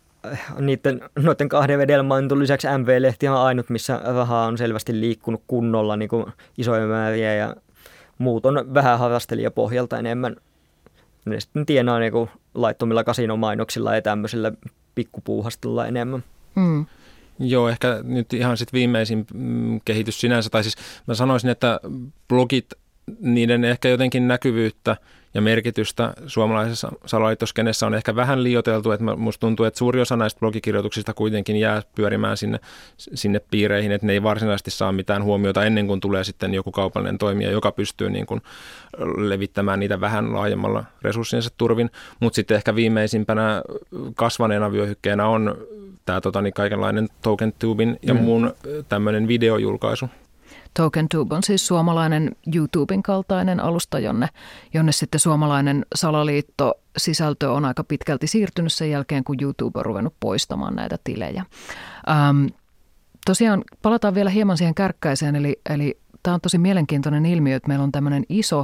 noiden 2 edellä mainitun lisäksi MV-lehti on ainut, missä rahaa on selvästi liikkunut kunnolla niin kuin isoja määriä ja muut on vähän harrastelijapohjalta enemmän. Ne sitten tienaa niin kuin laittomilla kasinomainoksilla ja tämmöisillä pikkupuuhastelulla enemmän. Mm. Joo, ehkä nyt ihan sitten viimeisin kehitys sinänsä, tai siis mä sanoisin, että blogit, niiden ehkä jotenkin näkyvyyttä ja merkitystä suomalaisessa salaliittoskenessä on ehkä vähän liioiteltu, että musta tuntuu, että suuri osa näistä blogikirjoituksista kuitenkin jää pyörimään sinne piireihin, että ne ei varsinaisesti saa mitään huomiota ennen kuin tulee sitten joku kaupallinen toimija, joka pystyy niin kuin levittämään niitä vähän laajemmalla resurssiensa turvin, mutta sitten ehkä viimeisimpänä kasvaneena vyöhykkeenä on tämä kaikenlainen TokenTubin ja muun tämmöinen videojulkaisu. TokenTube on siis suomalainen YouTuben kaltainen alusta, jonne sitten suomalainen salaliittosisältö on aika pitkälti siirtynyt sen jälkeen, kun YouTube on ruvennut poistamaan näitä tilejä. Tosiaan palataan vielä hieman siihen Kärkkäiseen, eli tämä on tosi mielenkiintoinen ilmiö, että meillä on tämmöinen iso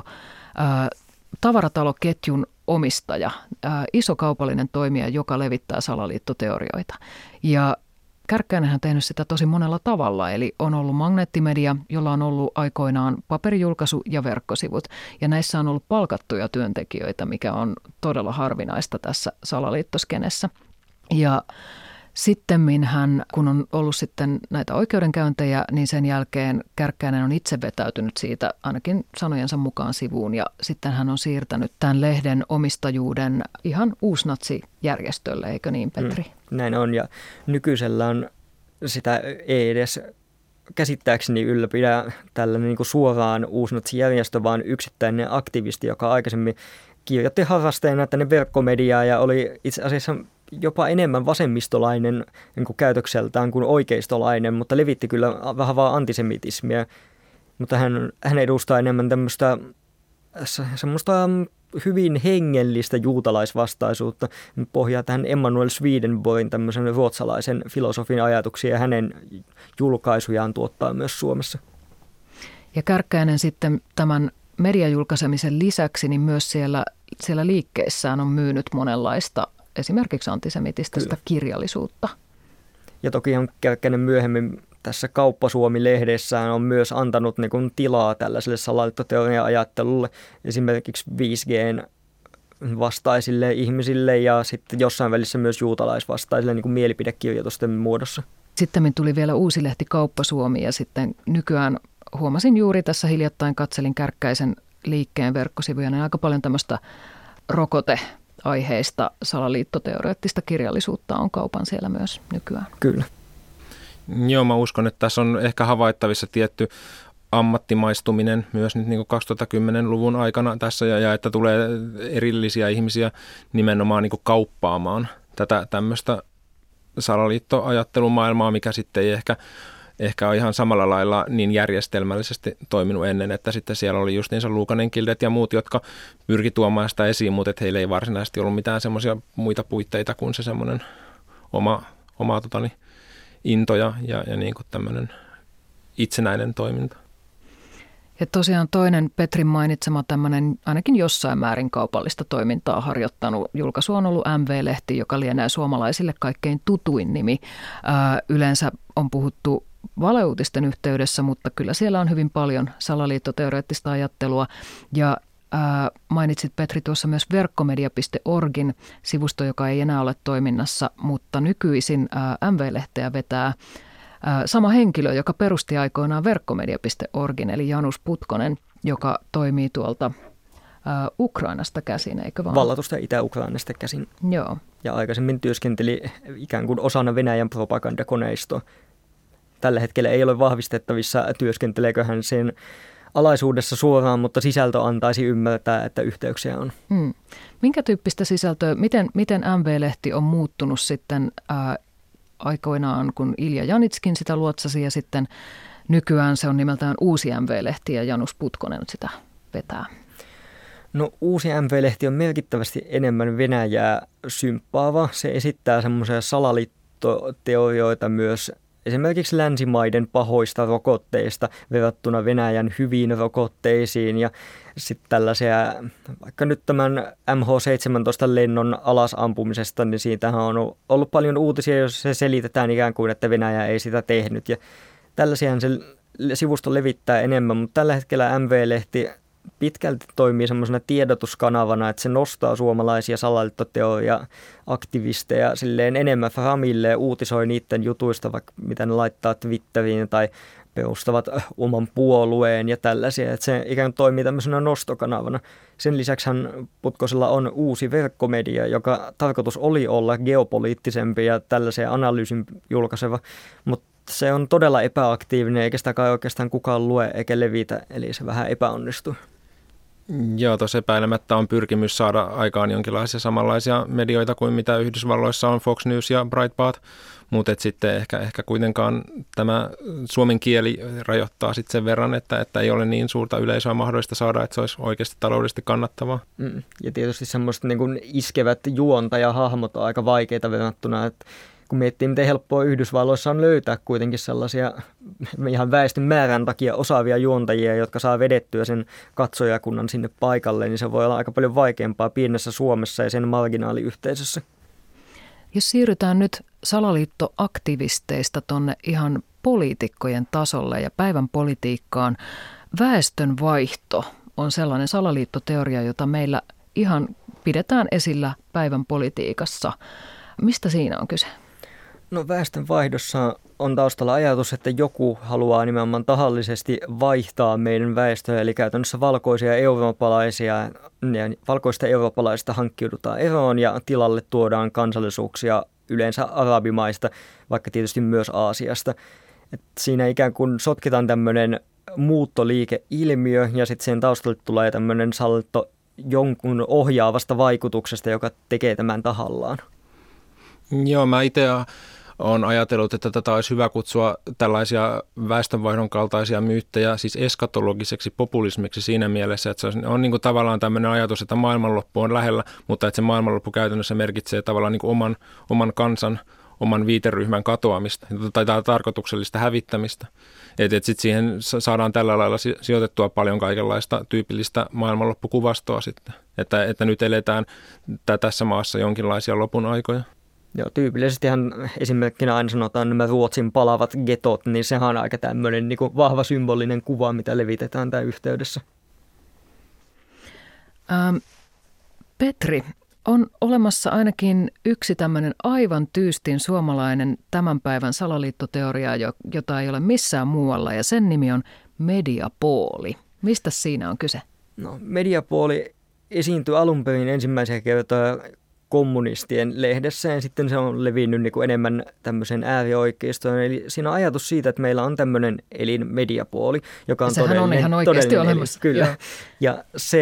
tavarataloketjun omistaja, iso kaupallinen toimija, joka levittää salaliittoteorioita. Ja Kärkkäinenhän on tehnyt sitä tosi monella tavalla, eli on ollut magneettimedia, jolla on ollut aikoinaan paperijulkaisu ja verkkosivut. Ja näissä on ollut palkattuja työntekijöitä, mikä on todella harvinaista tässä salaliittoskenessä. Ja sittemmin hän, kun on ollut sitten näitä oikeudenkäyntejä, niin sen jälkeen Kärkkäinen on itse vetäytynyt siitä ainakin sanojensa mukaan sivuun. Ja sitten hän on siirtänyt tämän lehden omistajuuden ihan uusnatsijärjestölle, eikö niin, Petri? Näin on, ja nykyisellään sitä ei edes käsittääkseni ylläpidä tällainen niin kuin suoraan uusnatsijärjestö, vaan yksittäinen aktivisti, joka aikaisemmin kirjoitti harrasteena tänne verkkomediaa ja oli itse asiassa jopa enemmän vasemmistolainen niin kuin käytökseltään kuin oikeistolainen, mutta levitti kyllä vähän vaan antisemitismiä. Mutta hän edustaa enemmän tämmöistä semmoista hyvin hengellistä juutalaisvastaisuutta. Pohjaa tähän Emanuel Swedenborgin tämmöisen ruotsalaisen filosofin ajatuksia ja hänen julkaisujaan tuottaa myös Suomessa. Ja Kärkkäinen sitten tämän mediajulkaisemisen lisäksi niin myös siellä liikkeessään on myynyt monenlaista esimerkiksi antisemitististä kirjallisuutta. Ja toki on Kärkkäinen myöhemmin tässä Kauppa-Suomi-lehdessään on myös antanut niin kuin tilaa tällaiselle salaliittoteoria-ajattelulle, esimerkiksi 5G:n vastaisille ihmisille ja sitten jossain välissä myös juutalaisvastaisille niin kuin mielipidekirjoitusten muodossa. Sitten tuli vielä uusi lehti Kauppa-Suomi ja sitten nykyään huomasin juuri tässä hiljattain katselin Kärkkäisen liikkeen verkkosivuja, niin aika paljon tämmöistä rokoteaiheista salaliittoteoreettista kirjallisuutta on kaupan siellä myös nykyään. Kyllä. Joo, mä uskon, että tässä on ehkä havaittavissa tietty ammattimaistuminen myös nyt niin kuin 2010-luvun aikana tässä ja että tulee erillisiä ihmisiä nimenomaan niin kuin kauppaamaan tätä tämmöistä salaliittoajattelumaailmaa, mikä sitten ei ehkä ole ihan samalla lailla niin järjestelmällisesti toiminut ennen, että sitten siellä oli justiinsa Luukanen-kildet ja muut, jotka pyrki tuomaan sitä esiin, mutta että heillä ei varsinaisesti ollut mitään semmoisia muita puitteita kuin se semmoinen oma into ja niin kuin tämmöinen itsenäinen toiminta. Ja tosiaan toinen Petrin mainitsema tämmöinen ainakin jossain määrin kaupallista toimintaa harjoittanut julkaisu on ollut MV-lehti, joka lienee suomalaisille kaikkein tutuin nimi. Yleensä on puhuttu valeuutisten yhteydessä, mutta kyllä siellä on hyvin paljon salaliittoteoreettista ajattelua. Ja mainitsit Petri tuossa myös verkkomedia.orgin sivusto, joka ei enää ole toiminnassa, mutta nykyisin MV-lehteä vetää sama henkilö, joka perusti aikoinaan verkkomedia.orgin, eli Janus Putkonen, joka toimii tuolta Ukrainasta käsin, eikö vaan? Vallatusta Itä-Ukrainasta käsin. Joo. Ja aikaisemmin työskenteli ikään kuin osana Venäjän propagandakoneistoa. Tällä hetkellä ei ole vahvistettavissa, työskenteleekö hän sen alaisuudessa suoraan, mutta sisältö antaisi ymmärtää, että yhteyksiä on. Minkä tyyppistä sisältöä, miten MV-lehti on muuttunut sitten aikoinaan, kun Ilja Janitskin sitä luotsasi ja sitten nykyään se on nimeltään Uusi MV-lehti ja Janus Putkonen sitä vetää? No Uusi MV-lehti on merkittävästi enemmän Venäjää symppaava. Se esittää semmoisia salaliittoteorioita myös esimerkiksi länsimaiden pahoista rokotteista verrattuna Venäjän hyviin rokotteisiin ja sitten tällaisia, vaikka nyt tämän MH17-lennon alasampumisesta, niin siitähän on ollut paljon uutisia, jos se selitetään ikään kuin, että Venäjä ei sitä tehnyt ja tällaisiahan se sivusto levittää enemmän, mutta tällä hetkellä MV-lehti pitkälti toimii semmoisena tiedotuskanavana, että se nostaa suomalaisia salaliittoteoria-aktivisteja silleen enemmän framille ja uutisoi niiden jutuista, vaikka mitä ne laittaa Twitteriin tai perustavat oman puolueen ja tällaisia, että se ikään kuin toimii tämmöisenä nostokanavana. Sen lisäksihän Putkosella on uusi verkkomedia, joka tarkoitus oli olla geopoliittisempi ja tällaisia analyysin julkaiseva, mutta se on todella epäaktiivinen, eikä sitä kai oikeastaan kukaan lue eikä levitä, eli se vähän epäonnistuu. Joo, tuossa epäilemättä on pyrkimys saada aikaan jonkinlaisia samanlaisia medioita kuin mitä Yhdysvalloissa on Fox News ja Breitbart, mutta sitten ehkä kuitenkaan tämä suomen kieli rajoittaa sitten sen verran, että ei ole niin suurta yleisöä mahdollista saada, että se olisi oikeasti taloudellisesti kannattavaa. Ja tietysti semmoiset niin kuin iskevät juontajahahmot on aika vaikeita verrattuna, että kun miettii, miten helppoa Yhdysvalloissa on löytää kuitenkin sellaisia ihan väestön määrän takia osaavia juontajia, jotka saa vedettyä sen katsojakunnan sinne paikalle, niin se voi olla aika paljon vaikeampaa pienessä Suomessa ja sen marginaaliyhteisössä. Jos siirrytään nyt salaliittoaktivisteista tuonne ihan poliitikkojen tasolle ja päivän politiikkaan, väestönvaihto on sellainen salaliittoteoria, jota meillä ihan pidetään esillä päivän politiikassa. Mistä siinä on kyse? No väestönvaihdossa on taustalla ajatus, että joku haluaa nimenomaan tahallisesti vaihtaa meidän väestöä, eli käytännössä valkoista eurooppalaisista hankkiudutaan eroon ja tilalle tuodaan kansallisuuksia yleensä arabimaista, vaikka tietysti myös Aasiasta. Et siinä ikään kuin sotketaan tämmöinen muuttoliikeilmiö ja sitten sen taustalle tulee tämmöinen salto jonkun ohjaavasta vaikutuksesta, joka tekee tämän tahallaan. Joo, mä itse olen ajatellut, että tätä olisi hyvä kutsua tällaisia väestönvaihdon kaltaisia myyttejä, siis eskatologiseksi populismiksi siinä mielessä, että se on niin kuin tavallaan tämmöinen ajatus, että maailmanloppu on lähellä, mutta että se maailmanloppu käytännössä merkitsee tavallaan niin kuin oman kansan, oman viiteryhmän katoamista tai tarkoituksellista hävittämistä. Että sitten siihen saadaan tällä lailla sijoitettua paljon kaikenlaista tyypillistä maailmanloppukuvastoa sitten, että nyt eletään tässä maassa jonkinlaisia lopun aikoja. Joo, tyypillisestihan esimerkkinä aina sanotaan nämä Ruotsin palavat getot, niin sehän on aika tämmöinen niin kuin vahva symbolinen kuva, mitä levitetään tämän yhteydessä. Petri, on olemassa ainakin yksi tämmöinen aivan tyystin suomalainen tämän päivän salaliittoteoria, jota ei ole missään muualla, ja sen nimi on mediapooli. Mistä siinä on kyse? No, mediapooli esiintyi alun perin ensimmäisiä kertoja kommunistien lehdessä ja sitten se on levinnyt niin kuin enemmän tämmöisen äärioikeistoon. Eli siinä on ajatus siitä, että meillä on tämmöinen elin mediapuoli, joka on sehän on ihan oikeasti olemassa. Kyllä. Joo. Ja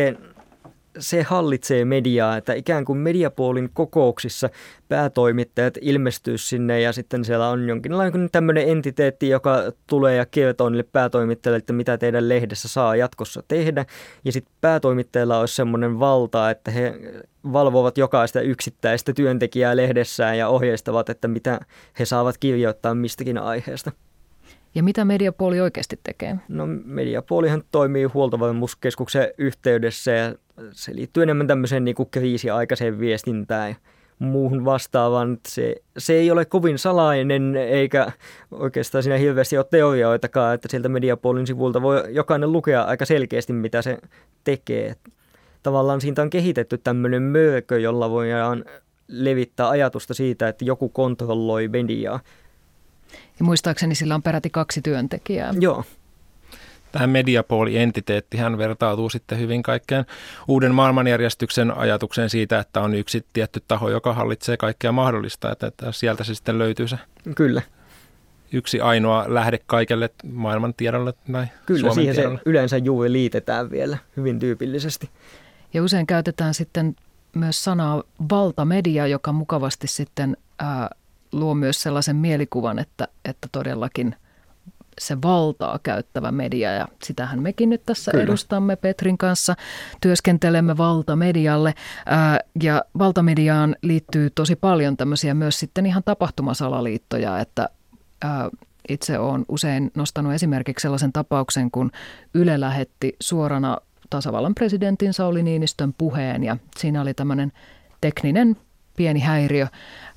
se hallitsee mediaa, että ikään kuin mediapuolin kokouksissa päätoimittajat ilmestyy sinne ja sitten siellä on jonkinlainen tämmöinen entiteetti, joka tulee ja kertoo niille päätoimittajille, että mitä teidän lehdessä saa jatkossa tehdä. Ja sitten päätoimittajilla olisi semmoinen valta, että he valvovat jokaista yksittäistä työntekijää lehdessään ja ohjeistavat, että mitä he saavat kirjoittaa mistäkin aiheesta. Ja mitä mediapuoli oikeasti tekee? No mediapuolihan toimii huoltovarmuuskeskuksen yhteydessä ja se liittyy enemmän tämmöiseen niin kuin kriisiaikaiseen viestintään ja muuhun vastaavaan. Se ei ole kovin salainen eikä oikeastaan siinä hirveästi ole teorioitakaan, että sieltä mediapuolin sivulta voi jokainen lukea aika selkeästi, mitä se tekee. Tavallaan siitä on kehitetty tämmöinen mörkö, jolla voidaan levittää ajatusta siitä, että joku kontrolloi mediaa. Ja muistaakseni sillä on peräti 2 työntekijää. Joo. Tähän mediapuoli-entiteettihän vertautuu sitten hyvin kaikkeen uuden maailmanjärjestyksen ajatukseen siitä, että on yksi tietty taho, joka hallitsee kaikkea mahdollista, että sieltä se sitten löytyy se Kyllä. yksi ainoa lähde kaikelle maailman tiedolle tai Kyllä, Suomen siihen tiedolle. Se yleensä juuri liitetään vielä hyvin tyypillisesti. Ja usein käytetään sitten myös sanaa valtamedia, joka mukavasti sitten luo myös sellaisen mielikuvan, että todellakin se valtaa käyttävä media, ja sitähän mekin nyt tässä Kyllä. edustamme Petrin kanssa, työskentelemme valtamedialle, ja valtamediaan liittyy tosi paljon tämmöisiä myös sitten ihan tapahtumasalaliittoja, että itse olen usein nostanut esimerkiksi sellaisen tapauksen, kun Yle lähetti suorana tasavallan presidentin Sauli Niinistön puheen, ja siinä oli tämmöinen tekninen pieni häiriö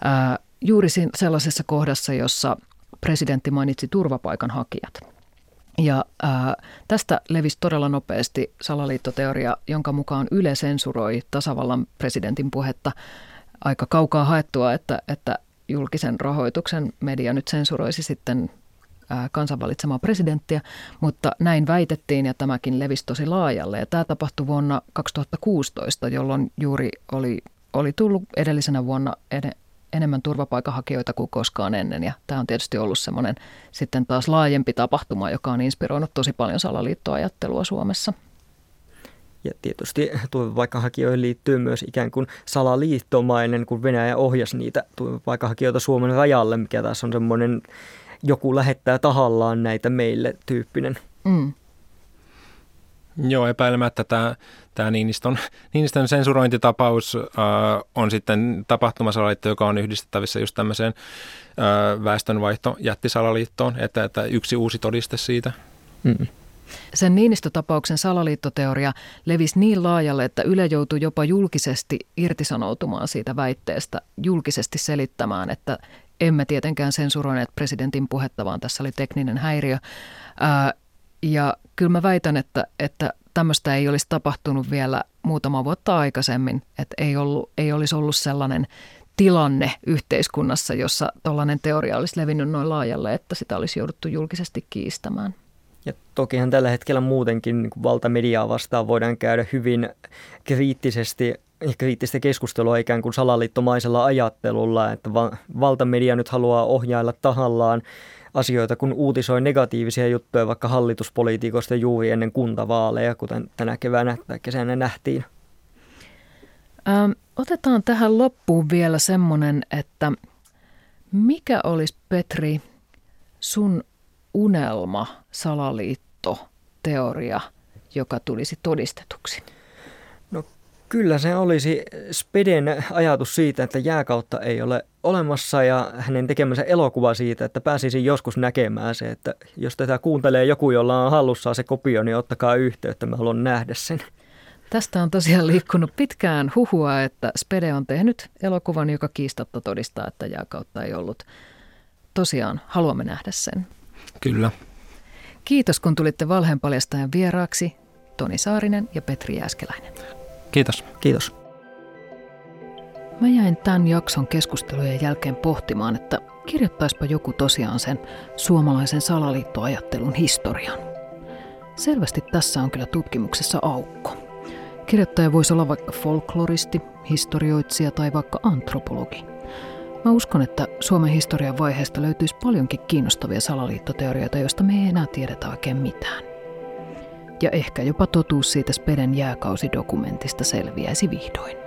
juuri sellaisessa kohdassa, jossa presidentti mainitsi turvapaikanhakijat. Ja tästä levisi todella nopeasti salaliittoteoria, jonka mukaan Yle sensuroi tasavallan presidentin puhetta. Aika kaukaa haettua, että julkisen rahoituksen media nyt sensuroisi sitten kansan valitsemaa presidenttiä, mutta näin väitettiin ja tämäkin levisi tosi laajalle. Ja tämä tapahtui vuonna 2016, jolloin juuri oli tullut edellisenä vuonna enemmän turvapaikanhakijoita kuin koskaan ennen, ja tämä on tietysti ollut semmoinen sitten taas laajempi tapahtuma, joka on inspiroinut tosi paljon salaliittoajattelua Suomessa. Ja tietysti turvapaikanhakijoihin liittyy myös ikään kuin salaliittomainen, kun Venäjä ohjasi niitä turvapaikanhakijoita Suomen rajalle, mikä taas on semmoinen joku lähettää tahallaan näitä meille -tyyppinen. Mm. Joo, epäilemättä tämä Niinistön sensurointitapaus on sitten tapahtumasalaliitto, joka on yhdistettävissä just tämmöiseen väestönvaihto-jättisalaliittoon, että yksi uusi todiste siitä. Mm. Sen Niinistö-tapauksen salaliittoteoria levisi niin laajalle, että Yle joutui jopa julkisesti irtisanoutumaan siitä väitteestä, julkisesti selittämään, että emme tietenkään sensuroineet presidentin puhetta, vaan tässä oli tekninen häiriö. Ja kyllä mä väitän, että tämmöistä ei olisi tapahtunut vielä muutama vuotta aikaisemmin, että ei olisi ollut sellainen tilanne yhteiskunnassa, jossa tällainen teoria olisi levinnyt noin laajalle, että sitä olisi jouduttu julkisesti kiistämään. Ja tokihan tällä hetkellä muutenkin niin kuin valtamediaa vastaan voidaan käydä hyvin kriittistä keskustelua ikään kuin salaliittomaisella ajattelulla, että valtamedia nyt haluaa ohjailla tahallaan asioita, kun uutisoi negatiivisia juttuja vaikka hallituspolitiikoista juuri ennen kuntavaaleja, kuten tänä keväänä tai kesänä nähtiin. Otetaan tähän loppuun vielä semmoinen, että mikä olisi, Petri, sun unelma salaliittoteoria, joka tulisi todistetuksi? No kyllä se olisi Speden ajatus siitä, että jääkautta ei ole olemassa, ja hänen tekemänsä elokuva siitä, että pääsisi joskus näkemään se, että jos tätä kuuntelee joku, jolla on hallussaan se kopio, niin ottakaa yhteyttä, mä haluan nähdä sen. Tästä on tosiaan liikkunut pitkään huhua, että Spede on tehnyt elokuvan, joka kiistatta todistaa, että jääkautta ei ollut. Tosiaan, haluamme nähdä sen. Kyllä. Kiitos, kun tulitte Valheenpaljastajan vieraaksi, Toni Saarinen ja Petri Jääskeläinen. Kiitos. Kiitos. Mä jäin tämän jakson keskustelujen jälkeen pohtimaan, että kirjoittaispa joku tosiaan sen suomalaisen salaliittoajattelun historian. Selvästi tässä on kyllä tutkimuksessa aukko. Kirjoittaja voisi olla vaikka folkloristi, historioitsija tai vaikka antropologi. Mä uskon, että Suomen historian vaiheesta löytyisi paljonkin kiinnostavia salaliittoteorioita, joista me ei enää tiedetä oikein mitään. Ja ehkä jopa totuus siitä Speden jääkausidokumentista selviäisi vihdoin.